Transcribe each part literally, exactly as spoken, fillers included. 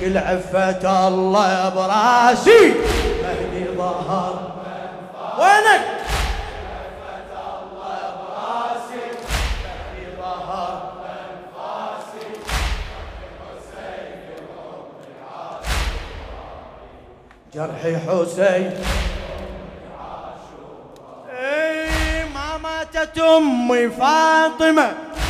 كل عفة الله براسي مهدي ظهر. وينك؟ جرحي حسين اي ما ماتت امي فاطمه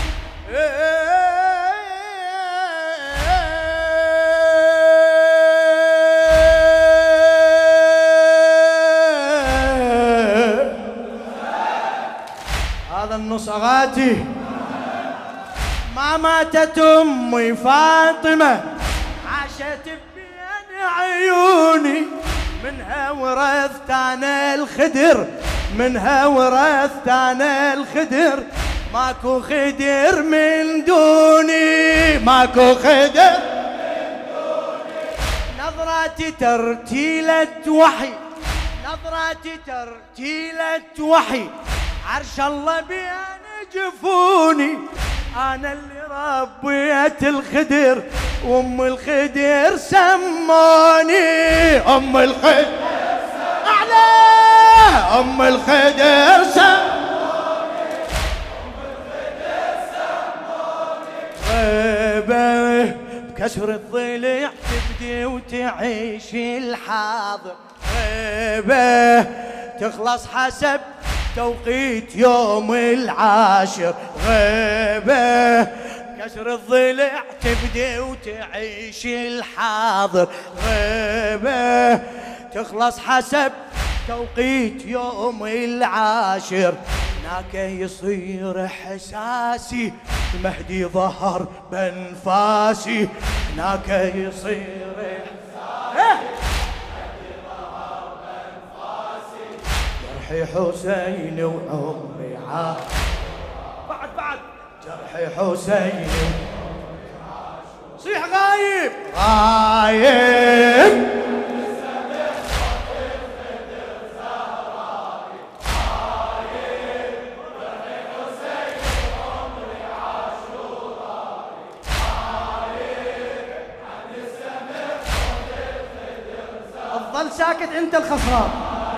هذا النص اغاتي. ما ماتت امي فاطمه عاشت بين عيوني منها ورثت انا الخدر منها ورثت انا الخدر ماكو خدر من دوني ماكو خدر من دوني. نظراتي ترتيلة وحي نظراتي ترتيلة وحي عرش الله بين جفوني. أنا اللي ربيت الخدر وأم الخدر سموني. أم الخدر أعلى أم الخدر سموني. أم الخدر سموني. غيبة بكسر الضلع تبدي وتعيش الحاضر. غيبة تخلص حسب توقيت يوم العاشر. غيبة كسر الضلع تبدي وتعيش الحاضر. غيبة تخلص حسب توقيت يوم العاشر. هناك يصير احساسي المهدي ظهر بانفاسي. هناك يصير احساسي جرحي حسين وعمري عاش. بعد بعد جرحي حسين صيح غايب غايب. ظل ساكت انت الخسران.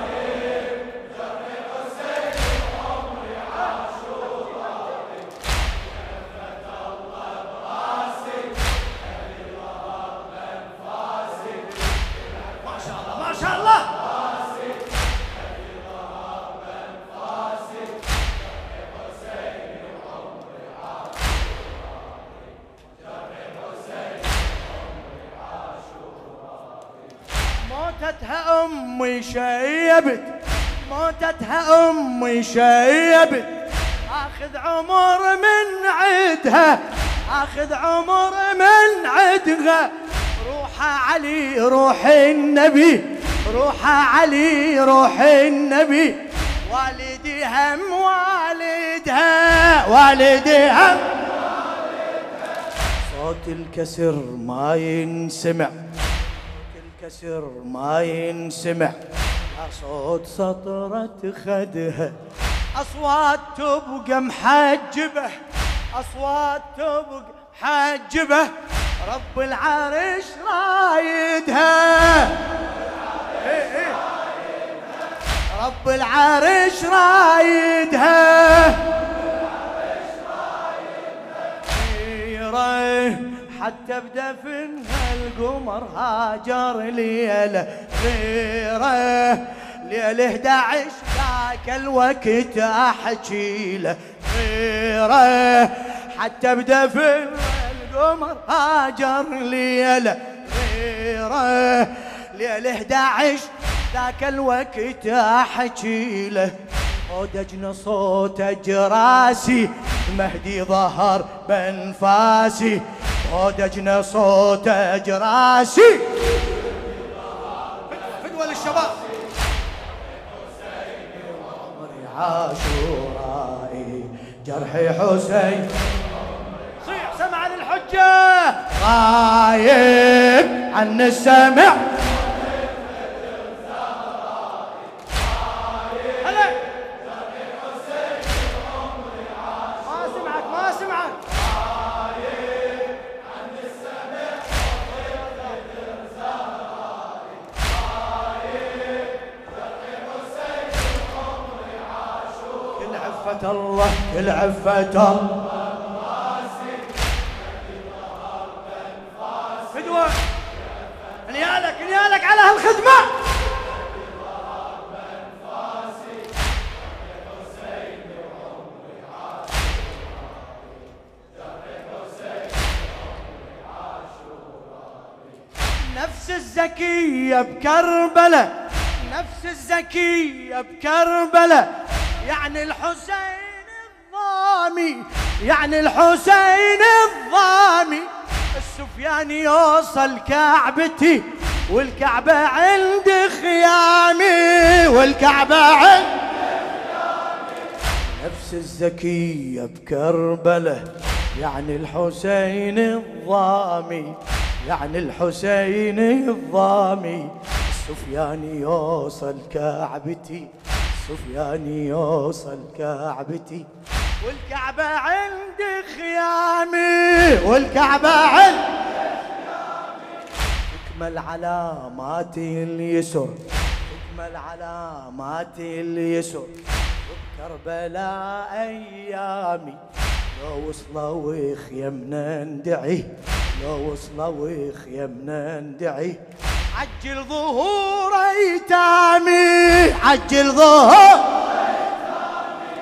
موتتها أمي شيبت موتتها أمي شيبت. آخذ عمر من عدها آخذ عمر من عدها. روح علي روح النبي روح علي روح النبي. والدي هم والدها والدي هم والدها. صوت الكسر ما ينسمع كسر ما ينسمع. صوت سطرة خدها أصوات تبقى محجبة أصوات تبقى محجبة. رب العرش رايدها رب العرش رايدها. حتى بدفنها القمر هاجر ليلة غيره. ليلة احد عشر ذاك الوقت احكي له غيره. حتى بدفنها القمر هاجر ليلة غيره. ليلة احد عشر ذاك الوقت احكي له. ودجن صوت جراسي المهدي ظهر بانفاسي. ودجن صوت جراسي فدوى للشباب. عمري عاشورائي جرحي حسين. صيح سمع للحجة غايب عن السمع. عفة الله كل عفة الله فدوة نيالك نيالك على هالخدمة. نفس الزكية بكربلة، نفس الزكية بكربلة، يعني الحسين الضامي، يعني الحسين الضامي. السفياني يوصل كعبتي والكعبة عند خيامي، والكعبة عند خيامي. نفس الزكية بكربلة، يعني الحسين الضامي، يعني الحسين الضامي. السفياني يوصل كعبتي، السفياني يوصل كعبتي والكعبة عند خيامي، والكعبة عند خيامي. تكمل علامات اليسر، تكمل علامات اليسر، وبكربلاء أيامي. لو وصلوا خيمنا ندعي، لو وصلوا خيمنا ندعي. عجل ظهور ايتامي، عجل ظهور ايتامي.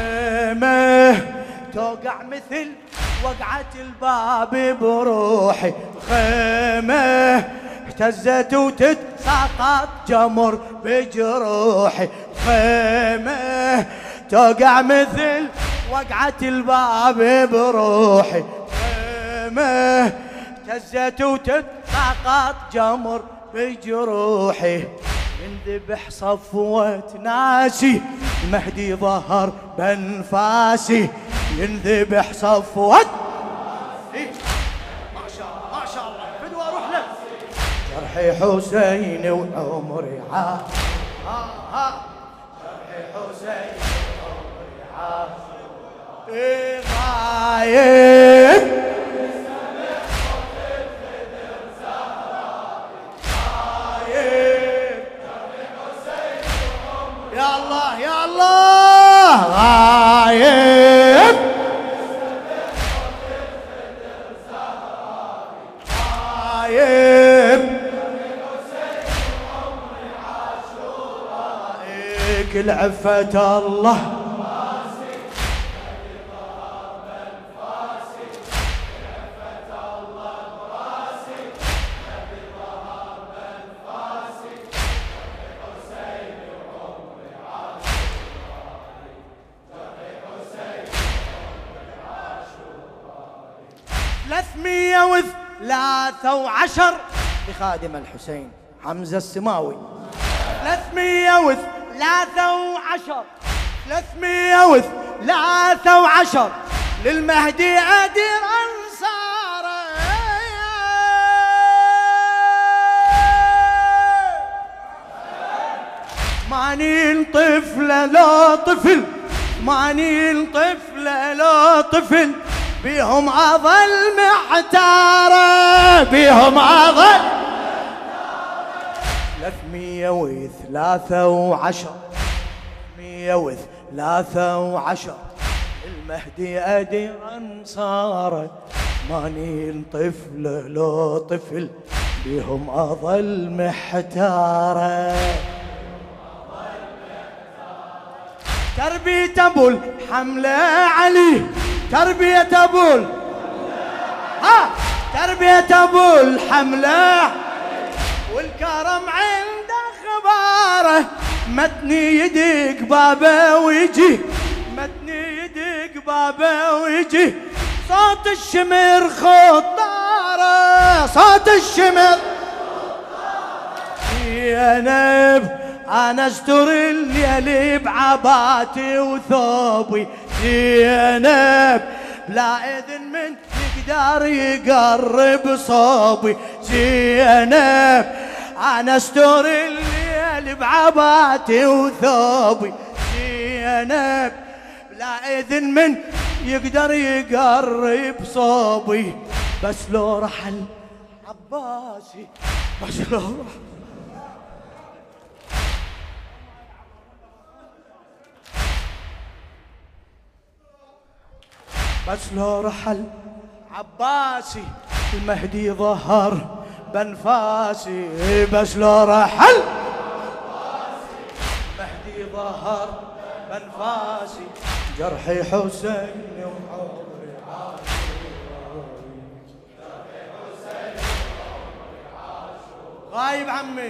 خيمه توقع مثل وقعة الباب بروحي، خيمه اهتزت وتتساقط جمر بجروحي، خيمه توقع مثل وقعة الباب بروحي، خيمه اهتزت وتتساقط جمر بجروحي. ينذبح صفوة ناسي، المهدي ظهر بانفاسي. ينذبح صفوة ناسي، ما شاء الله ما شاء الله. فدوى اروح له جرحي حسين وعمري عاش، ها ها جرحي حسين وعمري عاش. إيه غايب يا الله يا الله غايب، غايب كل عفة الله. ثلاثمية وثلاثة وعشر لخادم الحسين حمزة السماوي. ثلاثمية وثلاثة وعشر، ثلاثمية وثلاثة وعشر للمهدي أدير أنصاره. مانين طفلة لا طفل، مانين طفلة لا طفل، بيهم أظل محتارة، بيهم أظل ثلاثمية وثلاثة وعشر، مية وثلاثة وعشر المهدي أدير أنصاره. مانين طفل لو طفل، بيهم أظل محتارة. تربية أبو الحملة علي، تربية أبو ها تربية أبو الحملة والكرم عند أخباره. متني يدق بابه ويجي، متني يدق بابه ويجي. صوت الشمر خطاره، صوت الشمر يا نب. أنا استر الليل بعباتي وثوبي زينب، بلا إذن من يقدر يقرب صوبي زينب. أنا استر الليل بعباتي وثوبي زينب، بلا إذن من يقدر يقرب صوبي. بس لو رحل عباسي، بس لو رحل بس لو رحل عباسي المهدي ظهر بانفاسي، بس لو رحل المهدي ظهر بانفاسي، جرحي حسين وعمري عاشور، جرحي حسين وعمري عاشور، غايب عمي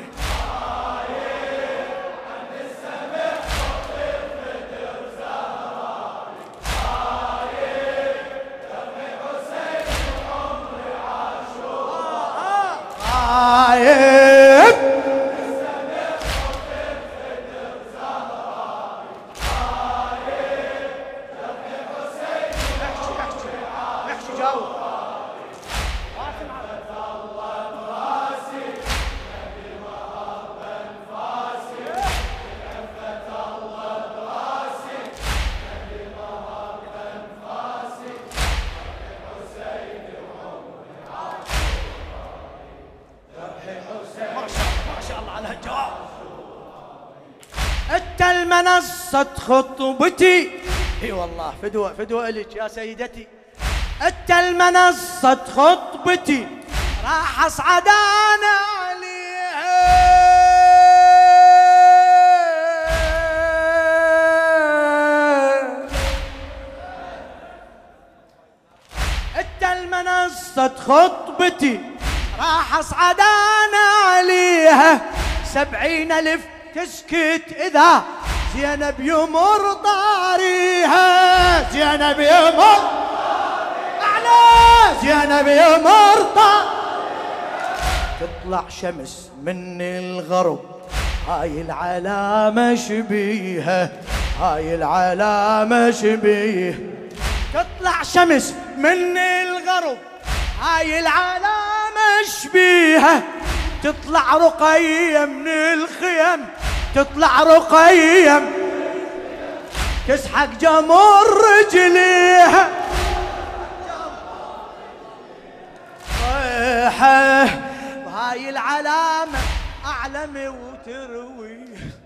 غايب المنصة خطبتي، اي والله فدوة فدوة إليك يا سيدتي، انت المنصة خطبتي راح اصعد انا عليها، انت المنصة خطبتي راح اصعد انا عليها، سبعين الف تسكت إذا زينب يمر طاريها، زينب يمر أعلى، زينب يمر طاريها، تطلع شمس من الغرب هاي العلامة شبيهة، هاي العلامة شبيهة، تطلع شمس من الغرب هاي العلامة شبيهة، تطلع رقية من الخيم، تطلع رقية تسحق جمر رجليها، صيحة وهاي العلامة أعلمي وتروي،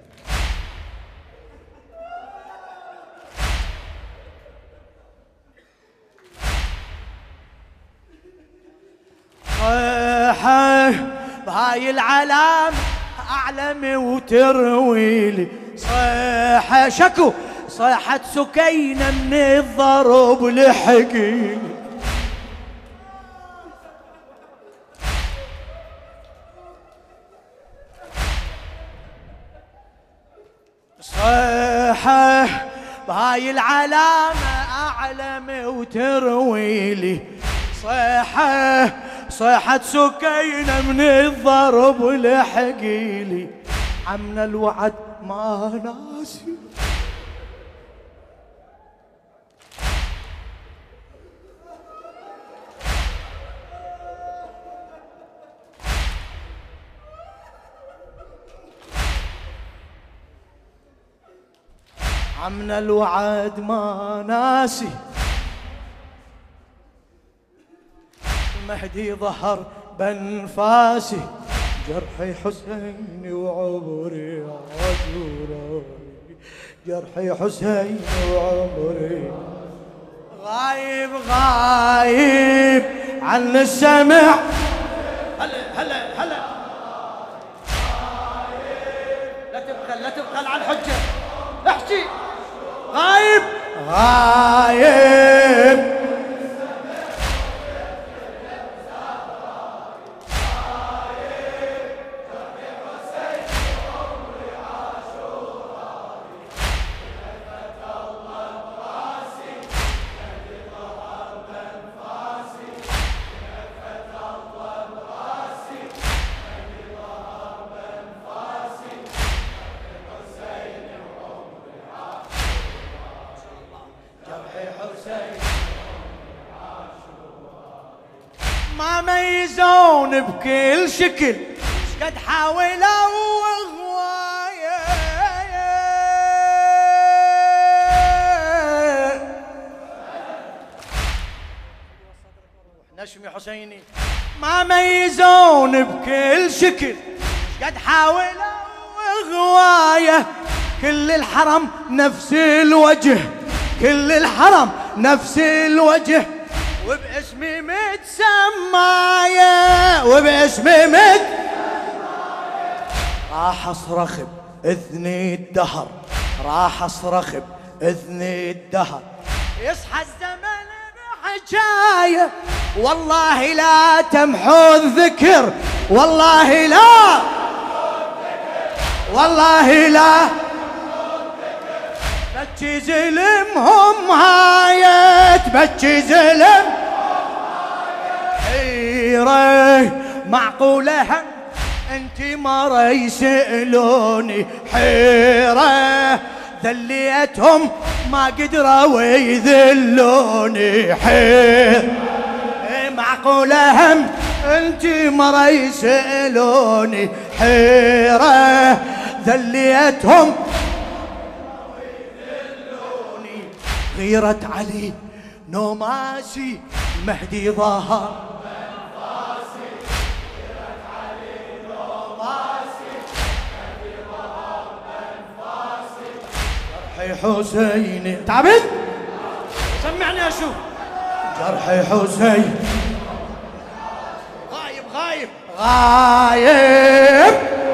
صيحة بهاي العلامة أعلمي وتروي لي، صيحة شكو صيحة سكينة من الضرب لحقي، صيحة بهاي العلامة أعلمي وتروي لي، صيحة صيحة سكينة من الضرب لحقيلي، عمنا الوعد ما ناسي، عمنا الوعد ما ناسي، المهدي ظهر بانفاسي، جرحي حسين وعمري عاشور، جرحي حسين وعمري غايب غايب عن السمع، هلا هلا هلا لا تبخل لا تبخل على الحجة، احكي غايب غايب ما ميزون بكل شكل، شقد حاولوا وهواية، نشمي حسيني، ما ميزون بكل شكل، شقد حاولوا وهواية، كل الحرم نفس الوجه، كل الحرم نفس الوجه، وباسمي متسماية وباسمي مت راح اصرخ بإذني الدهر، راح اصرخ بإذني الدهر. يصحى الزمن بحجاية والله لا تمحو الذكر، والله لا والله لا بكي زلمهم هايت، بكي زلم حيرة معقولة هم انتي مرة يسألوني، حيرة ذليتهم ما قدروا يذلوني، حيرة معقولة هم انتي مرة يسألوني، حيرة ذليتهم غيرة علي نوماسي المهدي ظهر، بنفاسي غيرة علي نوماسي المهدي ظهر، بنفاسي جرحي حسيني. تعبت؟ سمعني اشوف. جرحي حسين غايب غايب غايب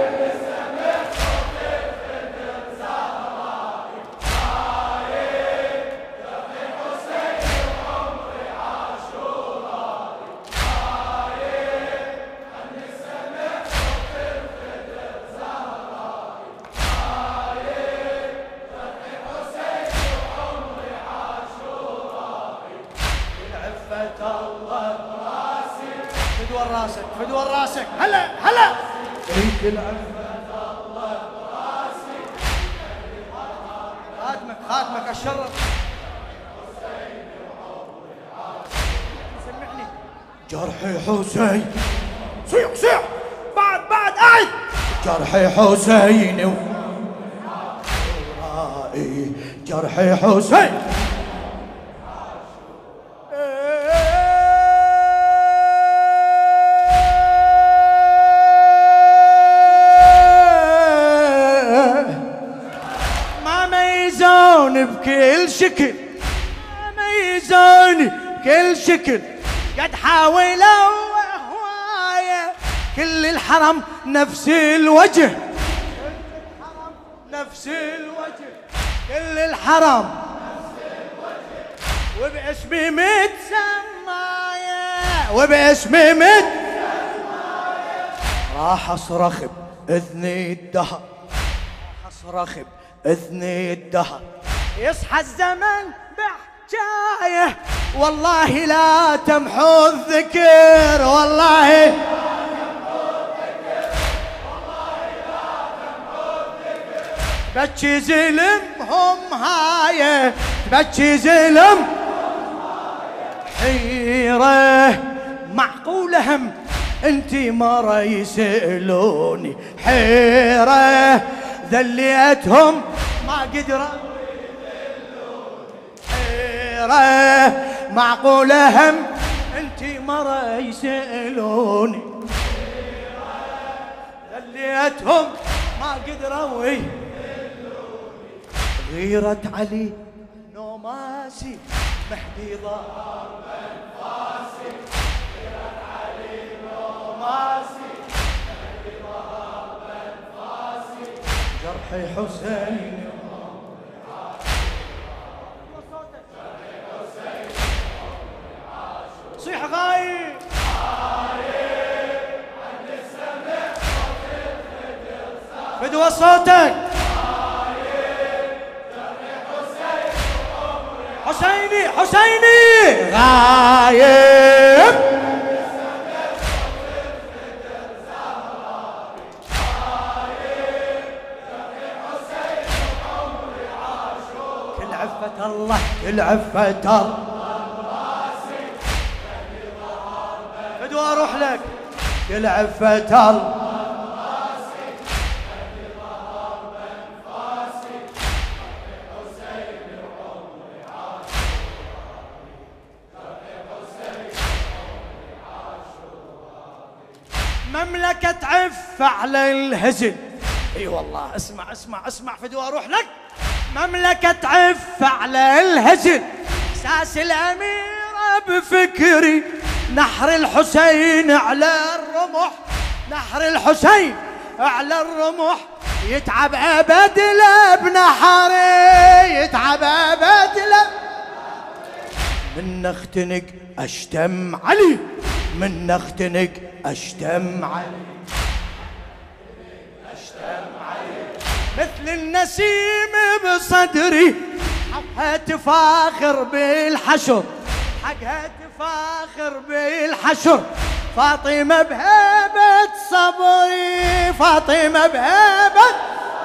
فدوى راسك فدوى راسك. هلا هلا فيك العفة الله براسي، خاتمك خاتمك الشرف. سمعني. جرحي حسين صيح صيح بعد بعد قاعد. جرحي حسين ورائي جرحي حسين بكل شكل، ميزوني بكل شكل، قد حاولوا هواية كل الحرم نفس الوجه، كل الحرم نفس الوجه، كل الحرم نفس الوجه، وباسمي متسماية وباسمي متسماية راح اصرخ بإذني الدهر، راح اصرخ بإذني الدهر. يصحى الزمن بحجاية والله لا تمحو الذكر، والله لا تمحو الذكر، والله لا تمحو الذكر. بكي زلمهم هاية بكي زلم حيرة معقولة هم انتي مرة يسألوني، حيرة ذليتهم ما قدروا معقولة هم انتي مرة يسألوني، خليتهم ما قدروا يذلوني. غيرة علي نوماسي مهدي ظهر، بنفاسي غيرة علي نوماسي مهدي ظهر، بنفاسي جرحي حسين صيح غايب غايب عند السمع فدوى صوتك. غايب جرحي حسين حسيني حسيني غايب عند السمع غايب جرحي حسين وعمري عاشور. كل عفة الله كل عفة الله واروح لك كل عفة الله مملكة عف على الهزل. اي والله اسمع اسمع اسمع فدوى اروح لك. مملكة عف على الهجر، إحساس الأميرة بفكري، نحر الحسين على الرمح، نحر الحسين على الرمح، يتعب أبد لا بنحري، يتعب أبد لا. من اختنق أشتم علي، من اختنق أشتم علي، أشتم علي، مثل النسيم بصدري، حقها تفاخر بالحشر، حقها تفاخر بالحشر، فاطمة بهبة صبري، فاطمة بهبة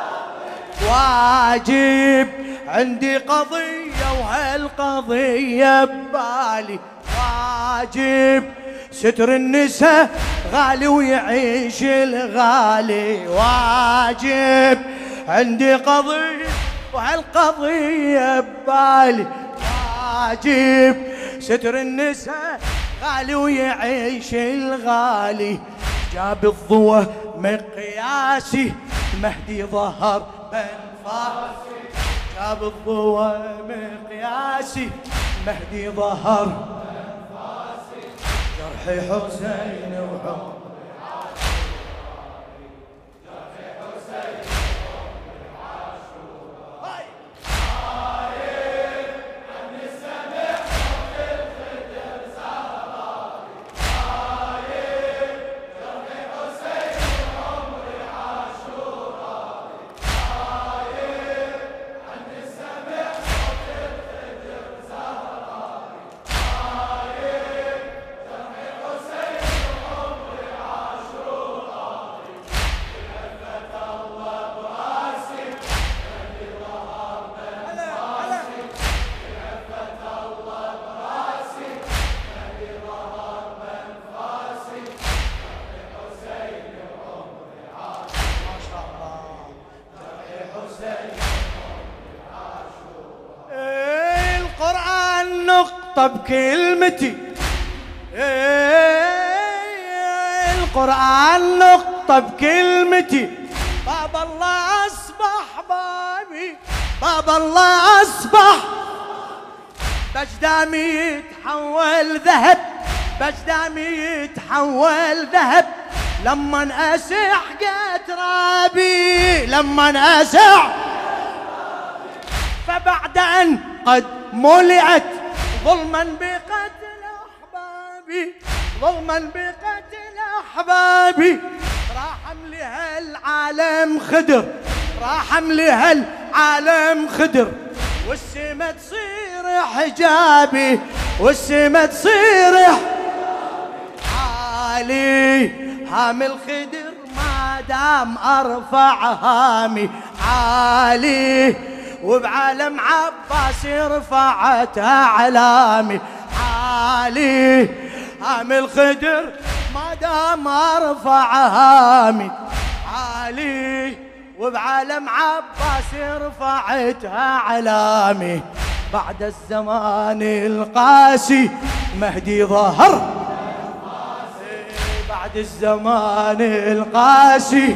واجب عندي قضية وهالقضية ببالي، واجب ستر النساء غالي ويعيش الغالي، واجب عندي قضية وهالقضية ببالي، واجب ستر النساء غالي ويعيش الغالي، جاب الضوء مقياسي المهدي ظهر بانفاسي، جاب الضوء مقياسي المهدي ظهر بانفاسي، جرحي حسين وعمري عاشور، جرحي حسين وعمري عاشور، غايب عن السمع صوت الخدر سهراني، غايب جرحي حسين وعمري عاشور، غايب عن السمع صوت الخدر سهراني، غايب جرحي حسين وعمري عاشور، بلفة الله براسي الذي ظهر بانفاسي، بلفة الله براسي الذي ظهر بانفاسي، جرحي حسين وعمري عاشور، ما شاء الله، جرحي حسين وعمري عاشور. القرآن نقطة بكلمتي، القرآن نقطة بكلمتي، باب الله أصبح بابي، باب الله أصبح، بجدامي يتحول ذهب، بجدامي يتحول ذهب، لما أسح قترابي، لما أسح، فبعد أن قد ملئت ظلما بقتل أحبابي، ظلما بقتل أحبابي، راح أملها العالم خدر، راح أملها العالم خدر، والسما تصير حجابي، والسما تصير عالي، هام الخدر ما دام أرفع هامي عالي، وبعالم عباس رفعت أعلامي عالي، هام الخدر ما دام أرفع هامي عالي، وبعالم عباس رفعتها أعلامي، بعد الزمان القاسي مهدي ظهر، بعد الزمان القاسي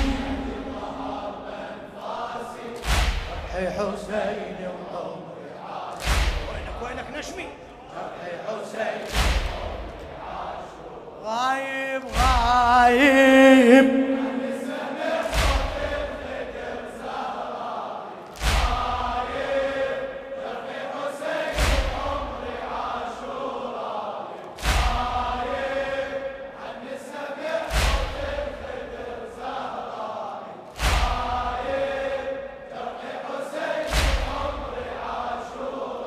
جرحي حسين وعمري عاشور، وينك وينك نشمي، جرحي حسين وعمري عاشور، غايب غايب عن السمع صوت الخدر سهراني، غايب جرحي حسين وعمري عاشور، غايب عن السمع صوت الخدر سهراني، غايب جرحي حسين وعمري عاشور،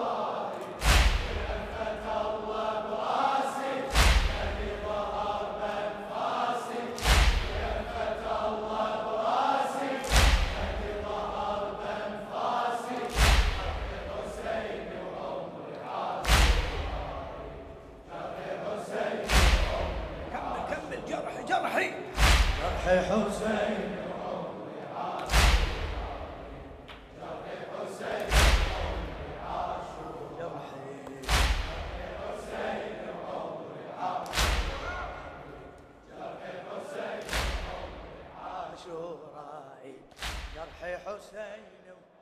بلفة الله براسي الذي ظهر بانفاسي، بلفة الله براسي الذي ظهر بانفاسي، جرحي حسين وعمري عاشور، جرحي حسين وعمري عاشور، كمل كمل جرحي جرحي، جرحي حسين وعمري عاشور، جرحي حسين وعمري عاشور، جرحي حسين وعمري عاشور، جرحي حسين وعمري عاشور، جرحي حسين